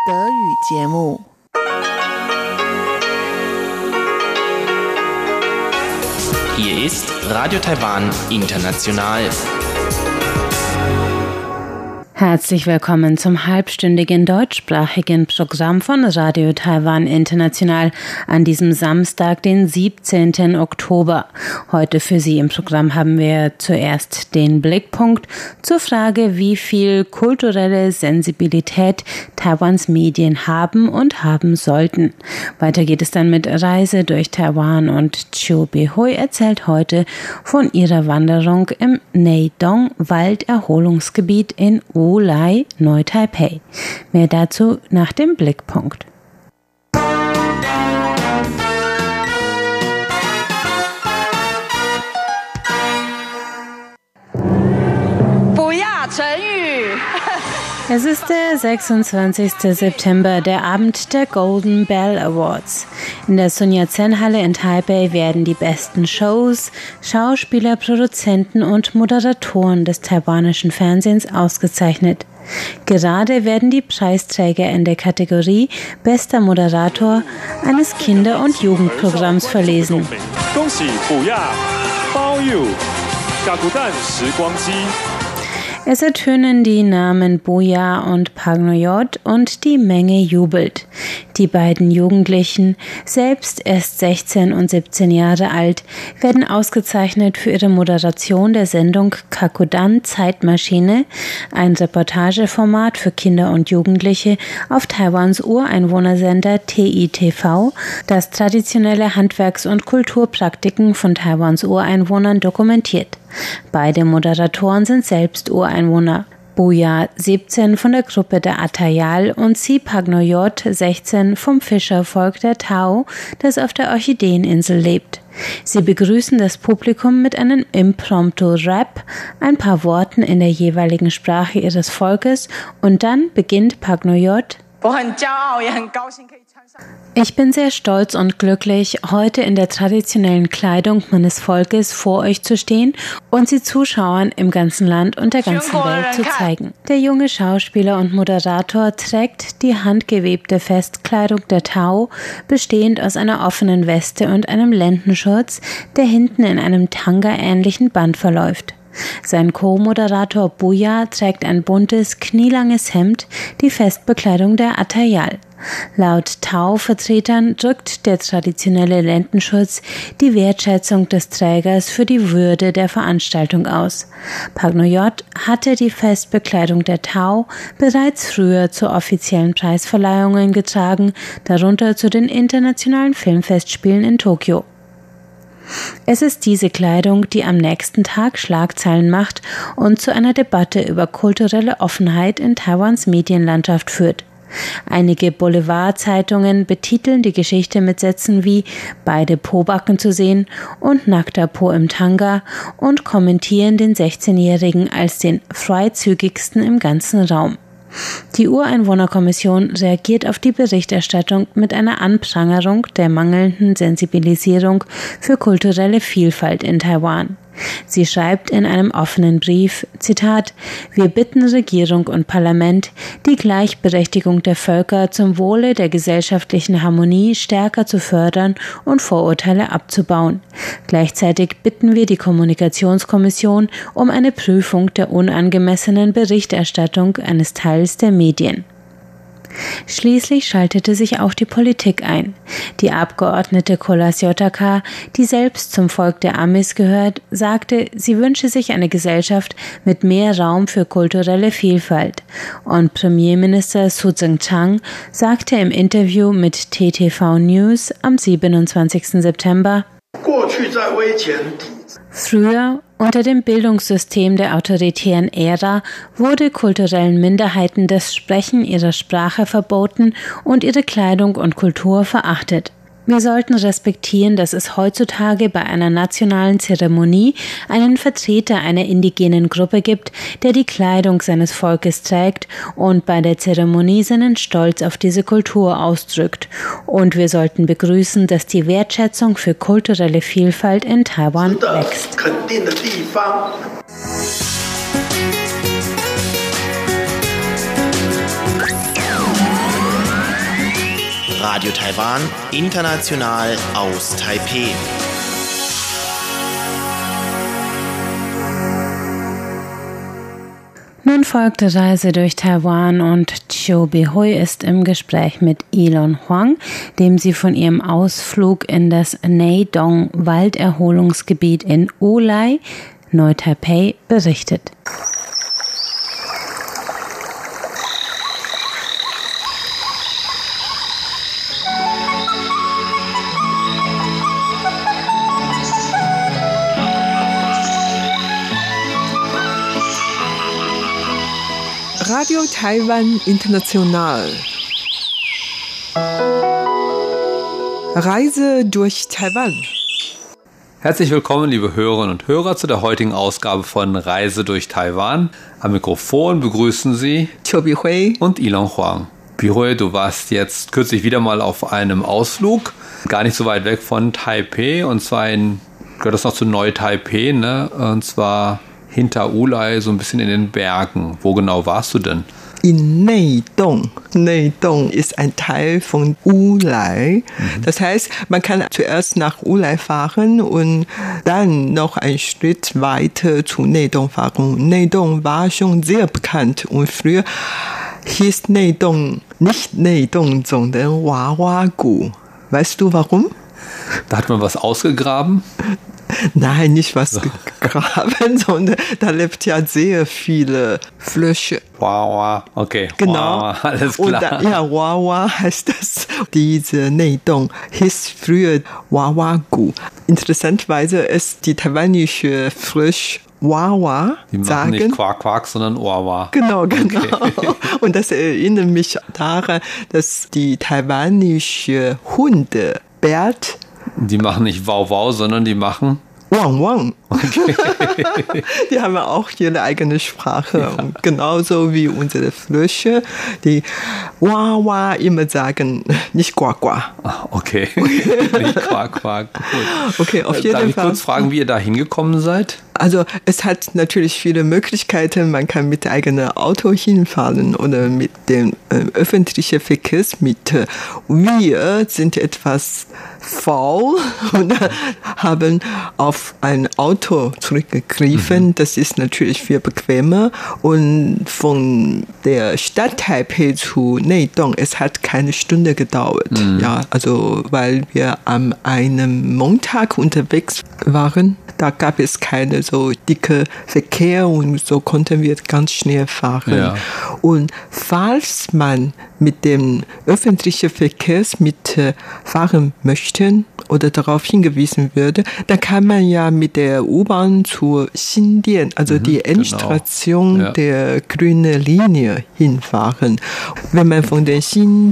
Hier ist Radio Taiwan International. Herzlich willkommen zum halbstündigen deutschsprachigen Programm von Radio Taiwan International an diesem Samstag, den 17. Oktober. Heute für Sie im Programm haben wir zuerst den Blickpunkt zur Frage, wie viel kulturelle Sensibilität Taiwans Medien haben und haben sollten. Weiter geht es dann mit Reise durch Taiwan und Chiu Behui erzählt heute von ihrer Wanderung im Neidong Walderholungsgebiet in Wulai, Neu-Taipei. Mehr dazu nach dem Blickpunkt. Es ist der 26. September, der Abend der Golden Bell Awards. In der Sun Yat-sen-Halle in Taipei werden die besten Shows, Schauspieler, Produzenten und Moderatoren des taiwanischen Fernsehens ausgezeichnet. Gerade werden die Preisträger in der Kategorie Bester Moderator eines Kinder- und Jugendprogramms verlesen. Es ertönen die Namen Boya und Pagnoyot und die Menge jubelt. Die beiden Jugendlichen, selbst erst 16 und 17 Jahre alt, werden ausgezeichnet für ihre Moderation der Sendung Kakudan Zeitmaschine, ein Reportageformat für Kinder und Jugendliche auf Taiwans Ureinwohnersender TITV, das traditionelle Handwerks- und Kulturpraktiken von Taiwans Ureinwohnern dokumentiert. Beide Moderatoren sind selbst Ureinwohner. Boya, 17, von der Gruppe der Atayal und Si Pagnoyot, 16, vom Fischervolk der Tao, das auf der Orchideeninsel lebt. Sie begrüßen das Publikum mit einem Impromptu-Rap, ein paar Worten in der jeweiligen Sprache ihres Volkes und dann beginnt Pagnoyot: Ich bin sehr stolz und glücklich, heute in der traditionellen Kleidung meines Volkes vor euch zu stehen und sie Zuschauern im ganzen Land und der ganzen Welt zu zeigen. Der junge Schauspieler und Moderator trägt die handgewebte Festkleidung der Tao, bestehend aus einer offenen Weste und einem Lendenschurz, der hinten in einem Tanga-ähnlichen Band verläuft. Sein Co-Moderator Boya trägt ein buntes, knielanges Hemd, die Festbekleidung der Atayal. Laut Tao-Vertretern drückt der traditionelle Lendenschurz die Wertschätzung des Trägers für die Würde der Veranstaltung aus. Pagnoyot hatte die Festbekleidung der Tao bereits früher zu offiziellen Preisverleihungen getragen, darunter zu den internationalen Filmfestspielen in Tokio. Es ist diese Kleidung, die am nächsten Tag Schlagzeilen macht und zu einer Debatte über kulturelle Offenheit in Taiwans Medienlandschaft führt. Einige Boulevardzeitungen betiteln die Geschichte mit Sätzen wie „beide Pobacken zu sehen“ und „nackter Po im Tanga“ und kommentieren den 16-Jährigen als den freizügigsten im ganzen Raum. Die Ureinwohnerkommission reagiert auf die Berichterstattung mit einer Anprangerung der mangelnden Sensibilisierung für kulturelle Vielfalt in Taiwan. Sie schreibt in einem offenen Brief, Zitat: Wir bitten Regierung und Parlament, die Gleichberechtigung der Völker zum Wohle der gesellschaftlichen Harmonie stärker zu fördern und Vorurteile abzubauen. Gleichzeitig bitten wir die Kommunikationskommission um eine Prüfung der unangemessenen Berichterstattung eines Teils der Medien. Schließlich schaltete sich auch die Politik ein. Die Abgeordnete Kolas Yotaka, die selbst zum Volk der Amis gehört, sagte, sie wünsche sich eine Gesellschaft mit mehr Raum für kulturelle Vielfalt. Und Premierminister Su Tseng-Chang sagte im Interview mit TTV News am 27. September: Früher, unter dem Bildungssystem der autoritären Ära, wurde kulturellen Minderheiten das Sprechen ihrer Sprache verboten und ihre Kleidung und Kultur verachtet. Wir sollten respektieren, dass es heutzutage bei einer nationalen Zeremonie einen Vertreter einer indigenen Gruppe gibt, der die Kleidung seines Volkes trägt und bei der Zeremonie seinen Stolz auf diese Kultur ausdrückt. Und wir sollten begrüßen, dass die Wertschätzung für kulturelle Vielfalt in Taiwan wächst. Radio Taiwan, international aus Taipeh. Nun folgt die Reise durch Taiwan und Chiu Bihui ist im Gespräch mit Elon Huang, dem sie von ihrem Ausflug in das Neidong-Walderholungsgebiet in Wulai, Neu-Taipei, berichtet. Radio Taiwan International. Reise durch Taiwan. Herzlich willkommen, liebe Hörerinnen und Hörer, zu der heutigen Ausgabe von Reise durch Taiwan. Am Mikrofon begrüßen Sie Chiu Bihui und Elon Huang. Bihui, du warst jetzt kürzlich wieder mal auf einem Ausflug, gar nicht so weit weg von Taipei, und zwar gehört das noch zu Neu-Taipei, ne? Und zwar hinter Wulai, so ein bisschen in den Bergen. Wo genau warst du denn? In Neidong. Neidong ist ein Teil von Wulai. Das heißt, man kann zuerst nach Wulai fahren und dann noch einen Schritt weiter zu Neidong fahren. Neidong war schon sehr bekannt und früher hieß Neidong nicht Neidong, sondern Wawa-gu. Weißt du warum? Da hat man was ausgegraben? Nein, nicht was gegraben, sondern da lebt ja sehr viele Frösche. Wawa, okay. Genau. Wawa, alles klar. Und Wawa heißt das. Diese Neidong hieß früher Wawa-gu. Interessanterweise ist die taiwanische Frosch Wawa Die sagen. machen nicht Quack, Quack, sondern Wawa. Genau. Okay. Und das erinnert mich daran, dass die taiwanische Hunde, Bert, Die machen nicht Wow Wow, sondern die machen Wang Wang. Okay. Die haben auch ihre eigene Sprache. Ja. Und genauso wie unsere Frösche, die Wawa immer sagen, nicht Quack Quack. Okay. Nicht Quack Quack. Gut. Okay, auf jeden Darf ich Fall. kurz fragen, wie ihr da hingekommen seid? Also es hat natürlich viele Möglichkeiten. Man kann mit eigenem Auto hinfahren oder mit dem öffentlichen Verkehrsmittel. Wir sind etwas faul und haben auf ein Auto zurückgegriffen. Das ist natürlich viel bequemer. Und von der Stadt Taipei zu Neidong, es hat keine Stunde gedauert. Ja, also weil wir an einem Montag unterwegs waren, da gab es keine so dicke Verkehr und so konnten wir ganz schnell fahren. Ja. Und falls man mit dem öffentlichen Verkehrsmittel fahren möchte oder darauf hingewiesen würde, dann kann man ja mit der U-Bahn zur Xindian, also die Endstation genau. Ja. der grünen Linie hinfahren. Wenn man von der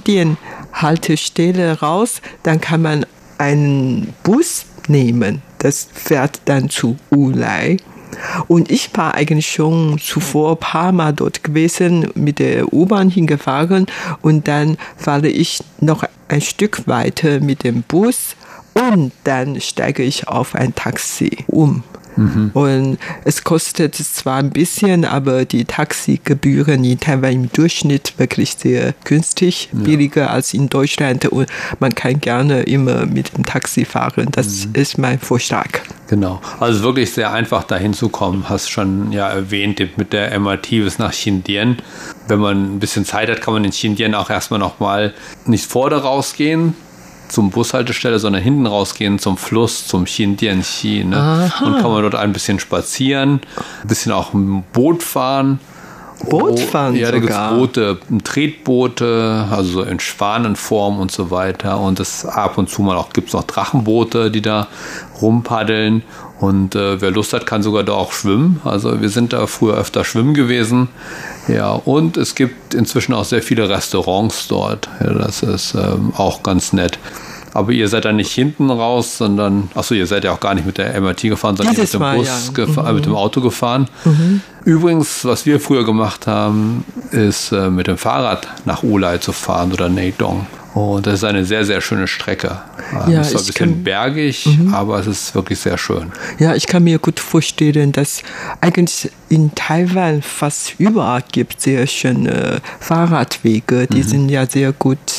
Xindian-Haltestelle raus, dann kann man einen Bus nehmen. Das fährt dann zu Wulai. Und ich war eigentlich schon zuvor ein paar Mal dort gewesen, mit der U-Bahn hingefahren und dann fahre ich noch ein Stück weiter mit dem Bus und dann steige ich auf ein Taxi um. Und es kostet zwar ein bisschen, aber die Taxigebühren in Taiwan im Durchschnitt wirklich sehr günstig, billiger als in Deutschland, und man kann gerne immer mit dem Taxi fahren. Das ist mein Vorschlag. Genau, also wirklich sehr einfach dahin zu kommen. Hast schon ja erwähnt, mit der MRT bis nach Xindian. Wenn man ein bisschen Zeit hat, kann man in Xindian auch erstmal nochmal nicht vorne rausgehen zum Bushaltestelle, sondern hinten rausgehen zum Fluss, zum Xindian-Xi. Ne? Und kann man dort ein bisschen spazieren, ein bisschen auch ein Boot fahren. Bootfahren ja, da gibt es sogar. Boote, Tretboote, also so in Schwanenform und so weiter. Und das ab und zu mal gibt es noch Drachenboote, die da rumpaddeln. Und wer Lust hat, kann sogar da auch schwimmen. Also wir sind da früher öfter schwimmen gewesen. Ja, und es gibt inzwischen auch sehr viele Restaurants dort. Ja, das ist auch ganz nett. Aber ihr seid da nicht hinten raus, sondern, achso, ihr seid ja auch gar nicht mit der MRT gefahren, sondern mit dem Bus, mit dem Auto gefahren. Übrigens, was wir früher gemacht haben, ist mit dem Fahrrad nach Wulai zu fahren oder Neidong. Und das ist eine sehr, sehr schöne Strecke. Ja, es ist ein bisschen bergig, aber es ist wirklich sehr schön. Ja, ich kann mir gut vorstellen, dass eigentlich in Taiwan fast überall gibt sehr schöne Fahrradwege. Die sind ja sehr gut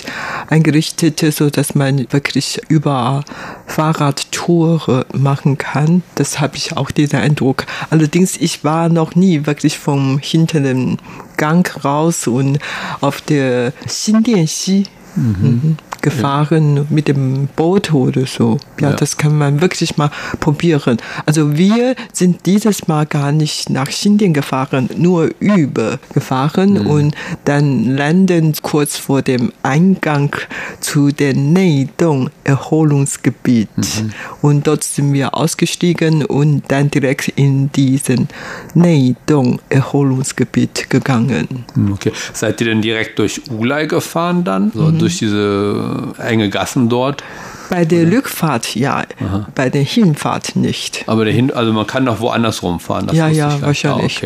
eingerichtet, so dass man wirklich überall Fahrradtour machen kann. Das habe ich auch diesen Eindruck. Allerdings, ich war noch nie wirklich vom hinteren Gang raus und auf der Xindianxi gefahren mit dem Boot oder so. Ja, das kann man wirklich mal probieren. Also wir sind dieses Mal gar nicht nach Xindian gefahren, nur übergefahren und dann landen kurz vor dem Eingang zu dem Neidong-Erholungsgebiet. Und dort sind wir ausgestiegen und dann direkt in diesen Neidong-Erholungsgebiet gegangen. Okay. Seid ihr denn direkt durch Ulai gefahren dann? So durch diese enge Gassen dort? Bei der Rückfahrt ja, bei der Hinfahrt nicht. Aber also man kann noch woanders rumfahren. Das ja, wahrscheinlich.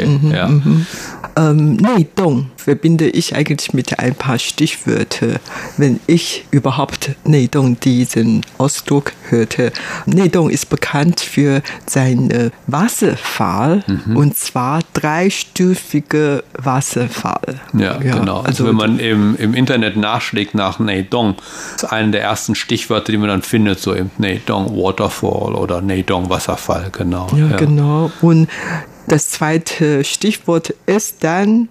Neidong verbinde ich eigentlich mit ein paar Stichwörtern, wenn ich überhaupt Neidong diesen Ausdruck hörte. Neidong ist bekannt für seinen Wasserfall und zwar 3-stufige Wasserfall. Ja, genau. Also wenn man im Internet nachschlägt nach Neidong, ist einer der ersten Stichwörter, die man dann findet, so eben Neidong Waterfall oder Neidong Wasserfall, genau. Ja, genau. Und das zweite Stichwort ist dann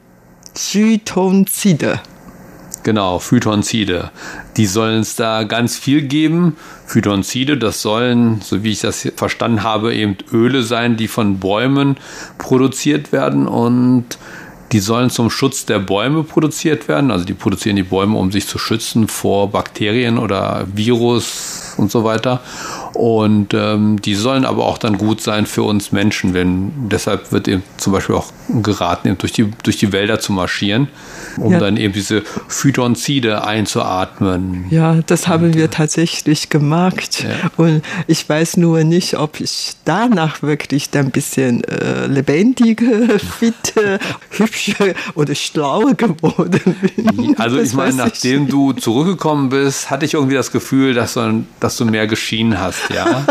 Phytonzide. Genau, Phytonzide. Die sollen es da ganz viel geben. Phytonzide, das sollen, so wie ich das verstanden habe, eben Öle sein, die von Bäumen produziert werden und die sollen zum Schutz der Bäume produziert werden. Also die produzieren die Bäume, um sich zu schützen vor Bakterien oder Virus und so weiter. Und die sollen aber auch dann gut sein für uns Menschen. Deshalb wird eben zum Beispiel auch geraten, eben durch die Wälder zu marschieren, um dann eben diese Phytonzide einzuatmen. Ja, das haben wir tatsächlich gemacht. Ja. Und ich weiß nur nicht, ob ich danach wirklich ein bisschen lebendiger, fitter, hübscher oder schlauer geworden bin. Also ich meine, nachdem du zurückgekommen bist, hatte ich irgendwie das Gefühl, dass du mehr geschienen hast. Ja?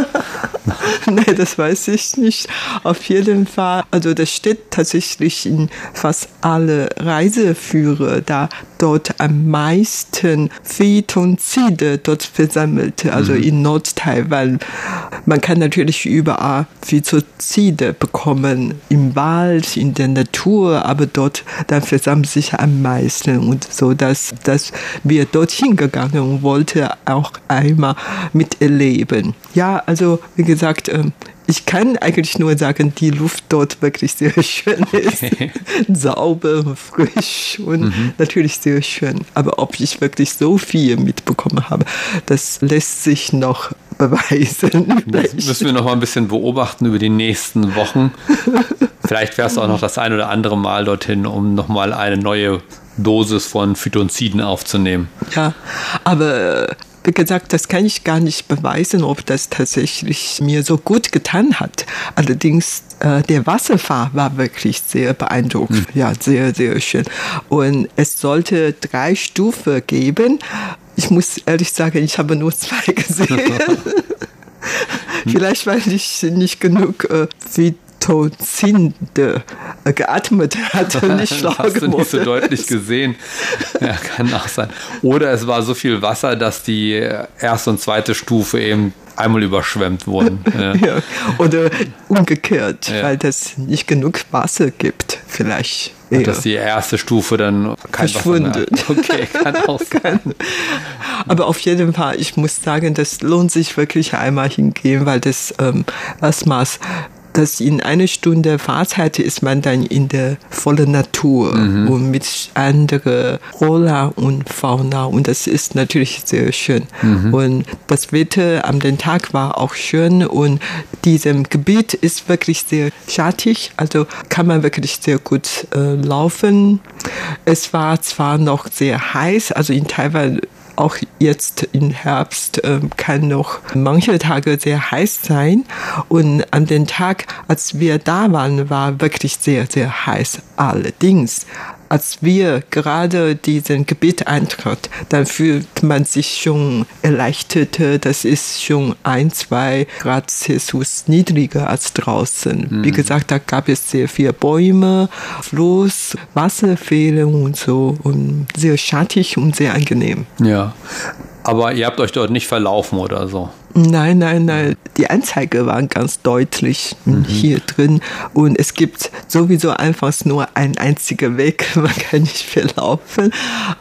Nein, das weiß ich nicht. Auf jeden Fall, also das steht tatsächlich in fast alle Reiseführer, da dort am meisten Phytonzide dort versammelt, also in Nord-Taiwan. Man kann natürlich überall Phytonzide bekommen, im Wald, in der Natur, aber dort dann versammelt sich am meisten und so, dass wir dorthin gegangen und wollten auch einmal miterleben. Ja, also wie gesagt, ich kann eigentlich nur sagen, die Luft dort wirklich sehr schön ist. Sauber, frisch und natürlich sehr schön. Aber ob ich wirklich so viel mitbekommen habe, das lässt sich noch beweisen. Das müssen wir noch mal ein bisschen beobachten über die nächsten Wochen. Vielleicht fährst du auch noch das ein oder andere Mal dorthin, um noch mal eine neue Dosis von Phytonziden aufzunehmen. Ja, aber wie gesagt, das kann ich gar nicht beweisen, ob das tatsächlich mir so gut getan hat. Allerdings, der Wasserfall war wirklich sehr beeindruckend. Ja, sehr, sehr schön. Und es sollte 3 Stufen geben. Ich muss ehrlich sagen, ich habe nur 2 gesehen. Vielleicht, weil ich nicht genug Phytonzide geatmet hatte, nicht schlau geworden. Hast du nicht so deutlich gesehen. Ja, kann auch sein. Oder es war so viel Wasser, dass die erste und zweite Stufe eben einmal überschwemmt wurden. Ja. Ja, oder umgekehrt, weil es nicht genug Wasser gibt, vielleicht. Und dass die erste Stufe dann kein verschwunden. Wasser mehr. Okay, kann auch sein. Aber auf jeden Fall, ich muss sagen, das lohnt sich wirklich einmal hingehen, weil das erstmals dass in 1 Stunde Fahrzeit ist man dann in der vollen Natur und mit anderen Flora und Fauna und das ist natürlich sehr schön. Und das Wetter am den Tag war auch schön und diesem Gebiet ist wirklich sehr schattig, also kann man wirklich sehr gut laufen. Es war zwar noch sehr heiß, also in Taiwan auch jetzt im Herbst kann noch manche Tage sehr heiß sein. Und an den Tag, als wir da waren, war wirklich sehr, sehr heiß. Allerdings als wir gerade diesen Gebiet eintraten, dann fühlt man sich schon erleichtert. Das ist schon 1-2 Grad Celsius niedriger als draußen. Wie gesagt, da gab es sehr viele Bäume, Fluss, Wasserfälle und so. Und sehr schattig und sehr angenehm. Ja, aber ihr habt euch dort nicht verlaufen oder so? Nein. Die Anzeige war ganz deutlich hier drin. Und es gibt sowieso einfach nur einen einzigen Weg. Man kann nicht verlaufen.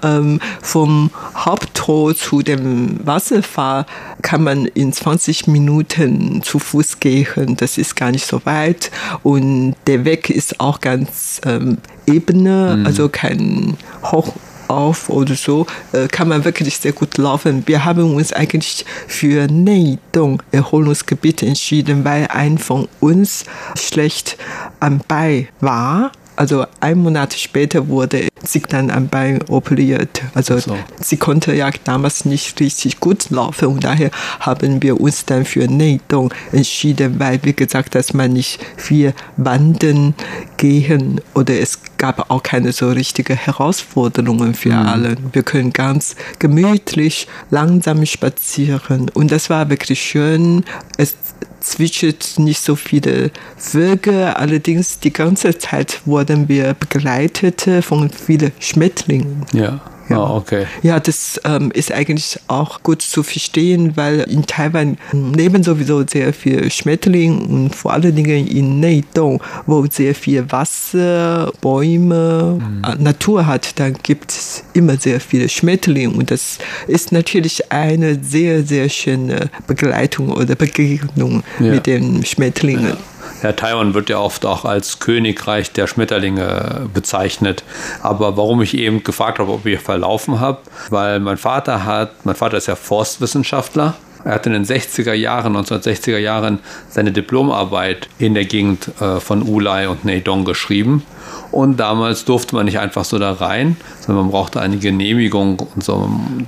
Vom Haupttor zu dem Wasserfall kann man in 20 Minuten zu Fuß gehen. Das ist gar nicht so weit. Und der Weg ist auch ganz ebene, also kein Hoch auf oder so, kann man wirklich sehr gut laufen. Wir haben uns eigentlich für Neidong Erholungsgebiet entschieden, weil ein von uns schlecht am Bein war. Also 1 Monat später wurde sie dann am Bein operiert. Also sie konnte ja damals nicht richtig gut laufen und daher haben wir uns dann für Neidong entschieden, weil wie gesagt, dass man nicht viel wandern gehen oder es gab auch keine so richtige Herausforderungen für alle. Wir können ganz gemütlich, langsam spazieren und das war wirklich schön. Es zwitschert nicht so viele Vögel, allerdings die ganze Zeit wurden wir begleitet von vielen Schmetterlingen. Ja. Oh, okay. Ja, das ist eigentlich auch gut zu verstehen, weil in Taiwan leben sowieso sehr viele Schmetterlinge und vor allen Dingen in Neidong, wo sehr viel Wasser, Bäume, Natur hat, dann gibt es immer sehr viele Schmetterlinge und das ist natürlich eine sehr, sehr schöne Begleitung oder Begegnung mit den Schmetterlingen. Ja. Ja, Taiwan wird ja oft auch als Königreich der Schmetterlinge bezeichnet. Aber warum ich eben gefragt habe, ob ihr verlaufen habt, weil mein Vater ist ja Forstwissenschaftler. Er hat in den 1960er Jahren, seine Diplomarbeit in der Gegend von Wulai und Neidong geschrieben. Und damals durfte man nicht einfach so da rein, sondern man brauchte eine Genehmigung und so.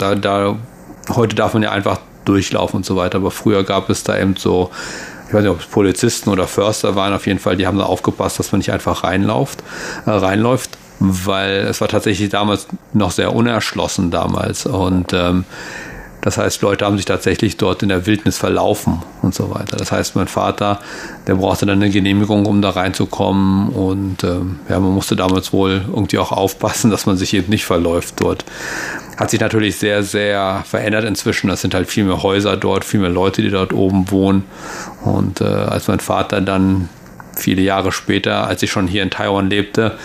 Heute darf man ja einfach durchlaufen und so weiter. Aber früher gab es da eben so, ich weiß nicht, ob es Polizisten oder Förster waren, auf jeden Fall, die haben da aufgepasst, dass man nicht einfach reinläuft, weil es war tatsächlich damals noch sehr unerschlossen damals und das heißt, Leute haben sich tatsächlich dort in der Wildnis verlaufen und so weiter. Das heißt, mein Vater, der brauchte dann eine Genehmigung, um da reinzukommen und man musste damals wohl irgendwie auch aufpassen, dass man sich eben nicht verläuft dort. Hat sich natürlich sehr, sehr verändert inzwischen. Es sind halt viel mehr Häuser dort, viel mehr Leute, die dort oben wohnen. Und als mein Vater dann viele Jahre später, als ich schon hier in Taiwan lebte,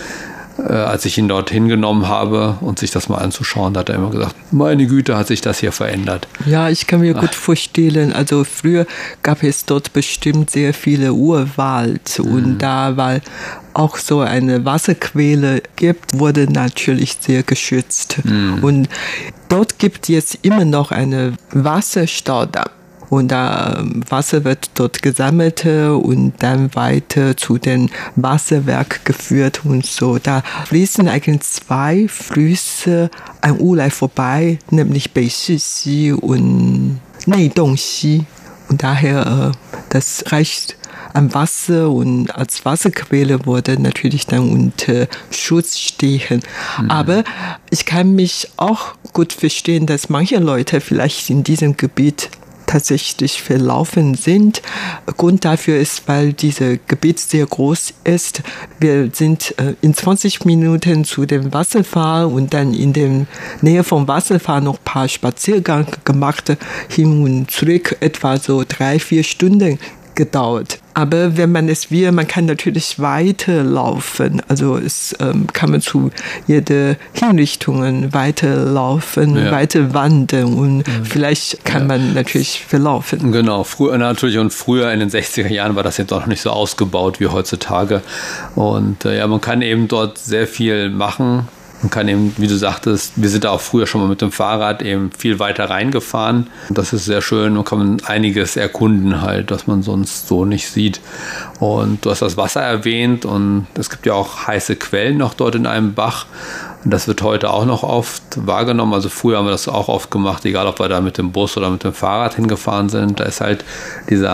als ich ihn dort hingenommen habe und sich das mal anzuschauen, da hat er immer gesagt, meine Güte, hat sich das hier verändert. Ja, ich kann mir gut vorstellen, also früher gab es dort bestimmt sehr viele Urwald und da war auch so eine Wasserquelle gibt, wurde natürlich sehr geschützt. Und dort gibt es immer noch eine Wasserstaudamm. Und da Wasser wird dort gesammelt und dann weiter zu den Wasserwerk geführt und so. Da fließen eigentlich 2 Flüsse an Wulai vorbei, nämlich Beishi und Neidong-Xi. Und daher, das reicht an Wasser und als Wasserquelle wurde natürlich dann unter Schutz stehen. Aber ich kann mich auch gut verstehen, dass manche Leute vielleicht in diesem Gebiet tatsächlich verlaufen sind. Grund dafür ist, weil dieses Gebiet sehr groß ist. Wir sind in 20 Minuten zu dem Wasserfall und dann in der Nähe vom Wasserfall noch ein paar Spaziergänge gemacht, hin und zurück etwa so 3-4 Stunden gedauert. Aber wenn man es will, man kann natürlich weiterlaufen. Also es kann man zu jeder Hinrichtung weiterlaufen, weiter wandern und vielleicht kann man natürlich verlaufen. Genau, früher natürlich und früher in den 60er Jahren war das jetzt auch noch nicht so ausgebaut wie heutzutage. Und man kann eben dort sehr viel machen. Man kann eben, wie du sagtest, wir sind da auch früher schon mal mit dem Fahrrad eben viel weiter reingefahren. Das ist sehr schön. Man kann einiges erkunden halt, was man sonst so nicht sieht. Und du hast das Wasser erwähnt und es gibt ja auch heiße Quellen noch dort in einem Bach. Und das wird heute auch noch oft wahrgenommen. Also früher haben wir das auch oft gemacht, egal ob wir da mit dem Bus oder mit dem Fahrrad hingefahren sind. Da ist halt dieser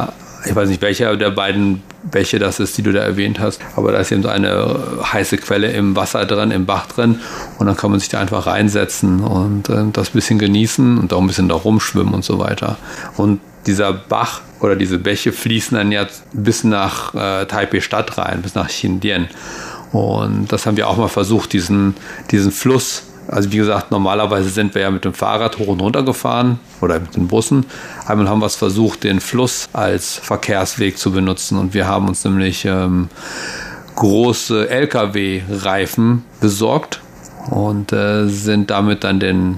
ich weiß nicht, welche der beiden Bäche das ist, die du da erwähnt hast, aber da ist eben so eine heiße Quelle im Wasser drin, im Bach drin und dann kann man sich da einfach reinsetzen und das ein bisschen genießen und auch ein bisschen da rumschwimmen und so weiter. Und dieser Bach oder diese Bäche fließen dann ja bis nach Taipei Stadt rein, bis nach Xindian. Und das haben wir auch mal versucht, diesen Fluss. Also wie gesagt, normalerweise sind wir ja mit dem Fahrrad hoch und runter gefahren oder mit den Bussen. Einmal haben wir es versucht, den Fluss als Verkehrsweg zu benutzen. Und wir haben uns nämlich große LKW-Reifen besorgt und sind damit dann den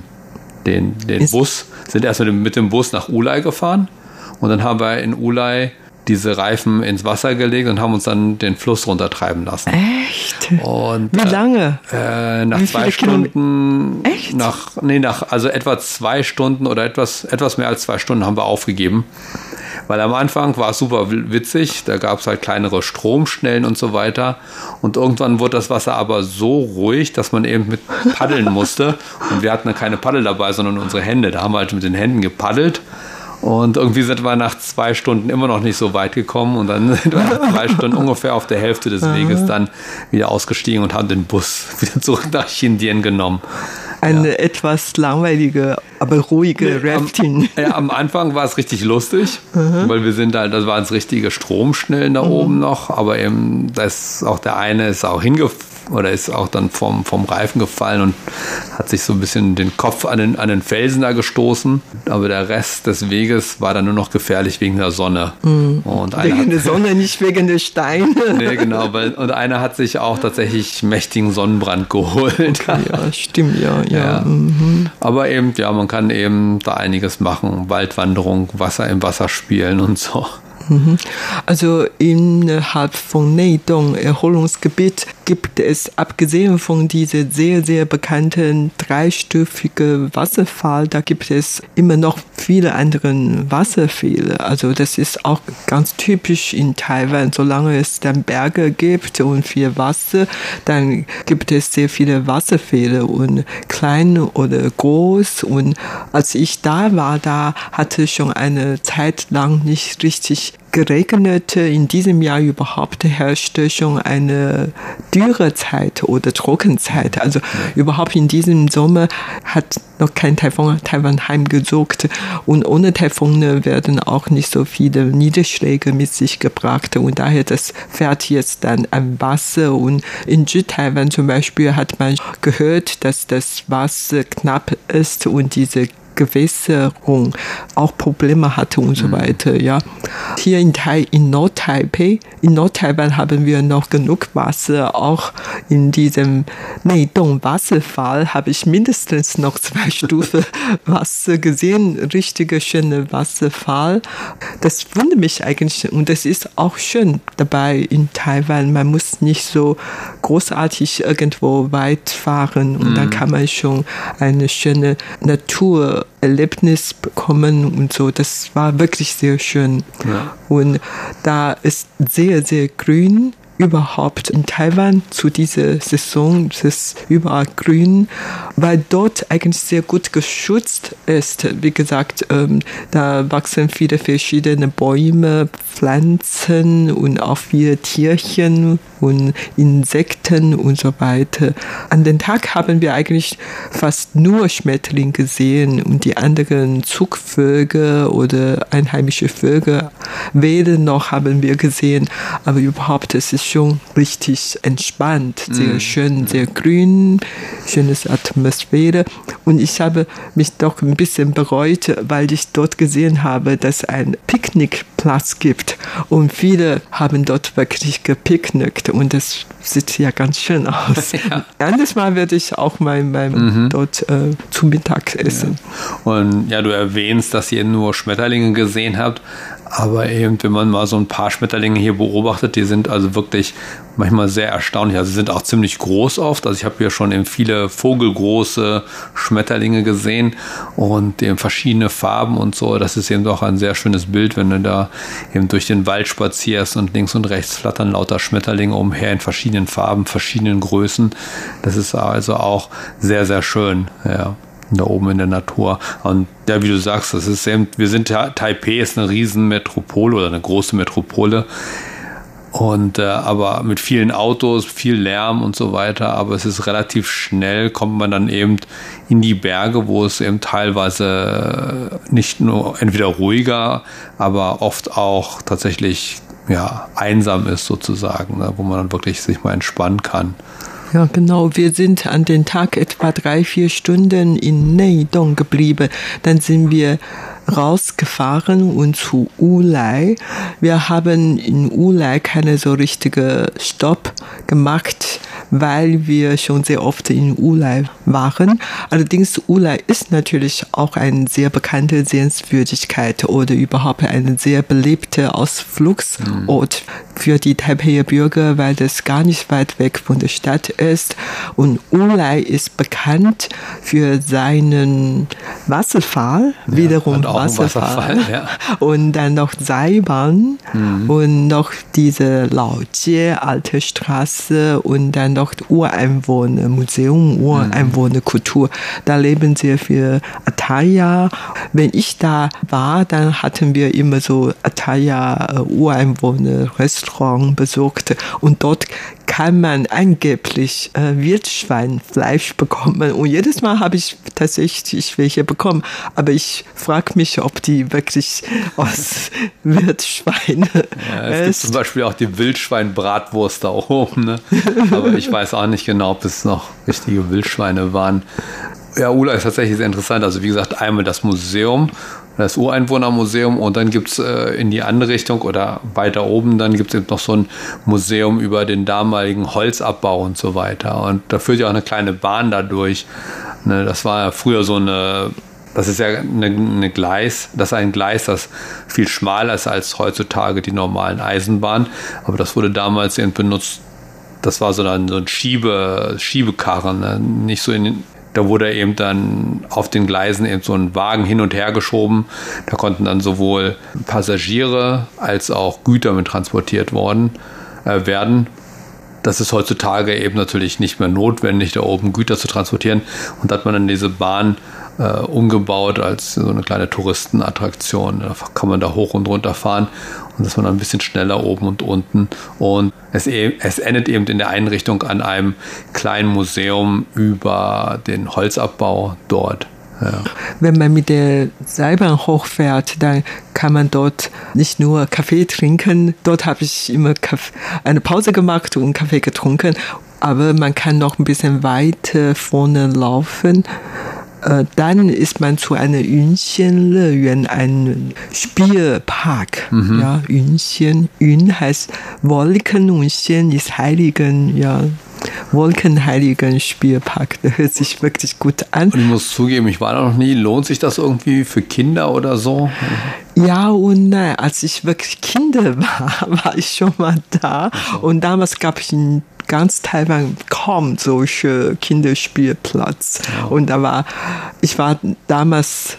Bus, sind erstmal mit dem Bus nach Ulai gefahren. Und dann haben wir in Ulai diese Reifen ins Wasser gelegt und haben uns dann den Fluss runtertreiben lassen. Echt? Und, wie lange? Nach 2 Stunden. Echt? Also etwa 2 Stunden oder etwas mehr als 2 Stunden haben wir aufgegeben. Weil am Anfang war es super witzig, da gab es halt kleinere Stromschnellen und so weiter. Und irgendwann wurde das Wasser aber so ruhig, dass man eben mit paddeln musste. Und wir hatten dann keine Paddel dabei, sondern unsere Hände. Da haben wir halt mit den Händen gepaddelt. Und irgendwie sind wir nach 2 Stunden immer noch nicht so weit gekommen und dann sind wir nach 2 Stunden ungefähr auf der Hälfte des Weges dann wieder ausgestiegen und haben den Bus wieder zurück nach Xindian genommen. Eine etwas langweilige, aber ruhige Rafting. Am Anfang war es richtig lustig, weil wir sind halt, das waren es richtige Stromschnellen da oben noch, aber eben, da ist auch der eine ist auch ist auch dann vom Reifen gefallen und hat sich so ein bisschen den Kopf an den Felsen da gestoßen. Aber der Rest des Weges war dann nur noch gefährlich wegen der Sonne. Und wegen der Sonne, nicht wegen der Steine. Nee, genau. Und einer hat sich auch tatsächlich mächtigen Sonnenbrand geholt. Okay, ja, stimmt, ja. Aber eben, ja, man kann eben da einiges machen. Waldwanderung, Wasser im Wasser spielen und so. Also innerhalb von Neidong Erholungsgebiet gibt es, abgesehen von dieser sehr, sehr bekannten 3-stufige Wasserfall, da gibt es immer noch viele andere Wasserfälle. Also das ist auch ganz typisch in Taiwan. Solange es dann Berge gibt und viel Wasser, dann gibt es sehr viele Wasserfälle und klein oder groß. Und als ich da war, da hatte schon eine Zeit lang nicht richtig geregnet. In diesem Jahr überhaupt herrschte schon eine Dürrezeit oder Trockenzeit. Also überhaupt in diesem Sommer hat noch kein Taifun Taiwan heimgesucht und ohne Taifune werden auch nicht so viele Niederschläge mit sich gebracht und daher das fährt jetzt dann am Wasser und in Südtaiwan zum Beispiel hat man gehört, dass das Wasser knapp ist und diese Gewässerung auch Probleme hatte und so weiter, ja. Hier in Nordtaiwan haben wir noch genug Wasser, auch in diesem Neidong Wasserfall habe ich mindestens noch 2 Stufen Wasser gesehen, richtige schöne Wasserfall. Das wundert mich eigentlich und das ist auch schön dabei in Taiwan, man muss nicht so großartig irgendwo weit fahren und dann kann man schon eine schöne Naturerlebnis bekommen und so. Das war wirklich sehr schön. Ja. Und da ist sehr, sehr grün. Überhaupt in Taiwan zu dieser Saison ist es überall grün, weil dort eigentlich sehr gut geschützt ist. Wie gesagt, da wachsen viele verschiedene Bäume, Pflanzen und auch viele Tierchen und Insekten und so weiter. An den Tag haben wir eigentlich fast nur Schmetterlinge gesehen und die anderen Zugvögel oder einheimische Vögel weder noch haben wir gesehen, aber überhaupt es ist schon richtig entspannt, sehr schön, sehr grün, schönes Atmosphäre und ich habe mich doch ein bisschen bereut, weil ich dort gesehen habe, dass ein Picknickplatz gibt und viele haben dort wirklich gepicknickt und das sieht ja ganz schön aus. Ja. Anderes Mal werde ich auch mal dort zu Mittag essen. Ja. Und ja, du erwähnst, dass ihr nur Schmetterlinge gesehen habt, aber eben, wenn man mal so ein paar Schmetterlinge hier beobachtet, die sind also wirklich manchmal sehr erstaunlich. Also sie sind auch ziemlich groß oft. Also ich habe hier schon eben viele vogelgroße Schmetterlinge gesehen und eben verschiedene Farben und so. Das ist eben doch ein sehr schönes Bild, wenn du da eben durch den Wald spazierst und links und rechts flattern lauter Schmetterlinge umher in verschiedenen Farben, verschiedenen Größen. Das ist also auch sehr, sehr schön, ja. da oben in der Natur. Und ja, wie du sagst, das ist eben, Taipei ist eine Riesenmetropole oder eine große Metropole. Und aber mit vielen Autos, viel Lärm und so weiter, aber es ist relativ schnell, kommt man dann eben in die Berge, wo es eben teilweise nicht nur entweder ruhiger, aber oft auch tatsächlich einsam ist sozusagen, ne, wo man dann wirklich sich mal entspannen kann. Ja, genau. Wir sind an den Tag etwa 3-4 Stunden in Neidong geblieben. Dann sind wir rausgefahren und zu Wulai. Wir haben in Wulai keine so richtige Stopp gemacht, weil wir schon sehr oft in Wulai waren. Allerdings Wulai ist natürlich auch eine sehr bekannte Sehenswürdigkeit oder überhaupt ein sehr beliebter Ausflugsort für die Taipeier Bürger, weil das gar nicht weit weg von der Stadt ist. Und Wulai ist bekannt für seinen Wasserfall, wiederum Wasserfall. Ja. Und dann noch Seilbahn und noch diese Laojie, alte Straße und dann noch Ureinwohnermuseum, Ureinwohnerkultur. Da leben sehr viel Ataya. Wenn ich da war, dann hatten wir immer so Ataya Ureinwohner-Restaurant besucht und dort kann man angeblich Wildschweinfleisch bekommen. Und jedes Mal habe ich tatsächlich welche bekommen. Aber ich frage mich, ob die wirklich aus Wildschweine es gibt zum Beispiel auch die Wildschweinbratwurst da oben. Ne? Aber ich weiß auch nicht genau, ob es noch richtige Wildschweine waren. Ja, Wulai ist tatsächlich sehr interessant. Also wie gesagt, einmal das Museum, das Ureinwohnermuseum, und dann gibt es in die andere Richtung oder weiter oben, dann gibt es eben noch so ein Museum über den damaligen Holzabbau und so weiter. Und da führt ja auch eine kleine Bahn da durch. Ne, das war ja früher das ist ja ein Gleis, das viel schmaler ist als heutzutage die normalen Eisenbahnen. Aber das wurde damals eben benutzt. Das war so ein Schiebekarren, ne? Nicht so da wurde eben dann auf den Gleisen eben so ein Wagen hin und her geschoben. Da konnten dann sowohl Passagiere als auch Güter mit transportiert werden. Das ist heutzutage eben natürlich nicht mehr notwendig, da oben Güter zu transportieren. Und da hat man dann diese Bahn umgebaut als so eine kleine Touristenattraktion. Da kann man da hoch und runter fahren und ist man dann ein bisschen schneller oben und unten. Und es endet eben in der Einrichtung an einem kleinen Museum über den Holzabbau dort. Ja. Wenn man mit der Seilbahn hochfährt, dann kann man dort nicht nur Kaffee trinken. Dort habe ich immer eine Pause gemacht und Kaffee getrunken. Aber man kann noch ein bisschen weiter vorne laufen. Dann ist man zu einer Yunxian-Leyuan, einem Spielpark. Ja, Yunxian. Yun heißt Wolken und Xian ist Heiligen, ja. Wolkenheiligen Spielpark. Der hört sich wirklich gut an. Und ich muss zugeben, ich war da noch nie. Lohnt sich das irgendwie für Kinder oder so? Ja und nein. Als ich wirklich Kinder war ich schon mal da. Und damals gab es in ganz Taiwan kaum solche Kinderspielplatz. Ja. Und ich war damals,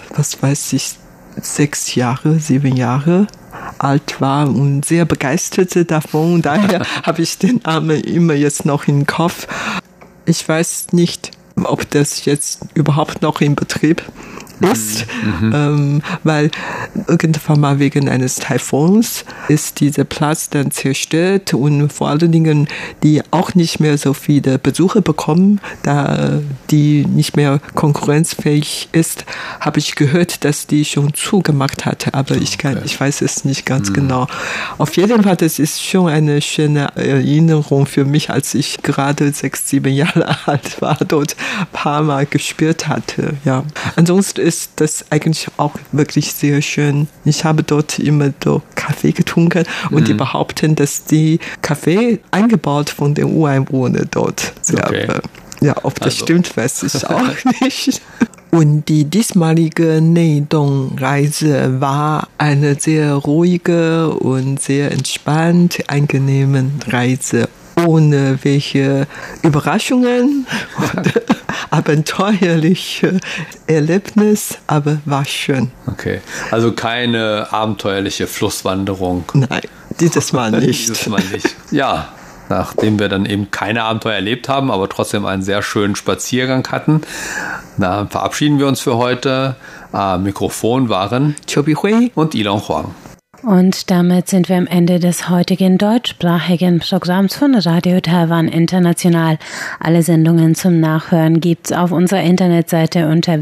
6 Jahre, 7 Jahre alt war und sehr begeistert davon. Daher habe ich den Namen immer jetzt noch im Kopf. Ich weiß nicht, ob das jetzt überhaupt noch in Betrieb ist, weil irgendwann mal wegen eines Taifons ist dieser Platz dann zerstört und vor allen Dingen, die auch nicht mehr so viele Besucher bekommen, da die nicht mehr konkurrenzfähig ist, habe ich gehört, dass die schon zugemacht hatte, aber ich weiß es nicht ganz genau. Auf jeden Fall, das ist schon eine schöne Erinnerung für mich, als ich gerade 6, 7 Jahre alt war, dort ein paar Mal gespielt hatte. Ja. Ansonsten ist das eigentlich auch wirklich sehr schön. Ich habe dort immer so Kaffee getrunken und die behaupten, dass die Kaffee eingebaut von den Ureinwohnern dort selber. Ja, ob das stimmt, weiß ich auch nicht. Und die diesmalige Neidong-Reise war eine sehr ruhige und sehr entspannt, angenehme Reise, ohne welche Überraschungen oder abenteuerliche Erlebnis, aber war schön. Okay, also keine abenteuerliche Flusswanderung. Nein, dieses Mal nicht. Dieses Mal nicht. Ja, nachdem wir dann eben keine Abenteuer erlebt haben, aber trotzdem einen sehr schönen Spaziergang hatten, Na, verabschieden wir uns für heute. Am Mikrofon waren Chobi Hui und Ilon Huang. Und damit sind wir am Ende des heutigen deutschsprachigen Programms von Radio Taiwan International. Alle Sendungen zum Nachhören gibt's auf unserer Internetseite unter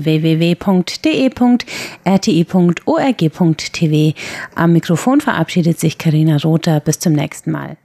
www.de.rti.org.tv. Am Mikrofon verabschiedet sich Carina Rother. Bis zum nächsten Mal.